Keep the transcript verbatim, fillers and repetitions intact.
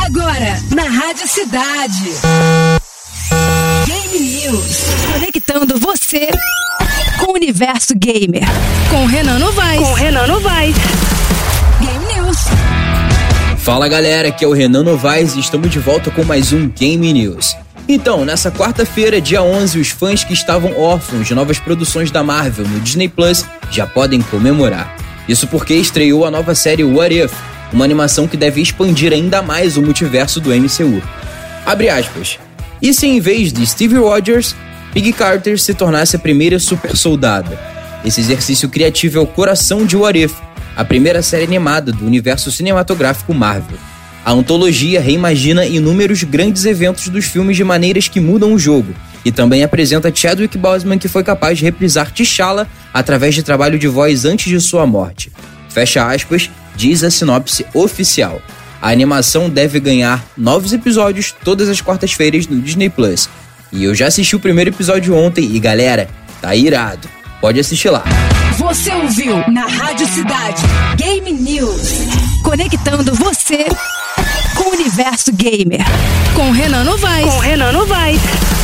Agora, na Rádio Cidade. Game News. Conectando você com o universo gamer. Com Renan Novaes. Com Renan Novaes. Game News. Fala galera, aqui é o Renan Novaes e estamos de volta com mais um Game News. Então, nessa quarta-feira, dia onze, os fãs que estavam órfãos de novas produções da Marvel no Disney Plus já podem comemorar. Isso porque estreou a nova série What If, uma animação que deve expandir ainda mais o multiverso do M C U. Abre aspas. E se em vez de Steve Rogers, Peggy Carter se tornasse a primeira super soldada? Esse exercício criativo é o coração de What If, a primeira série animada do universo cinematográfico Marvel. A antologia reimagina inúmeros grandes eventos dos filmes de maneiras que mudam o jogo, e também apresenta Chadwick Boseman, que foi capaz de reprisar T'Challa através de trabalho de voz antes de sua morte. Fecha aspas, diz a sinopse oficial. A animação deve ganhar novos episódios todas as quartas-feiras no Disney Plus. E eu já assisti o primeiro episódio ontem e galera, tá irado. Pode assistir lá. Você ouviu na Rádio Cidade Game News. Conectando você com o universo gamer. Com Renan Novaes. Com Renan Novaes.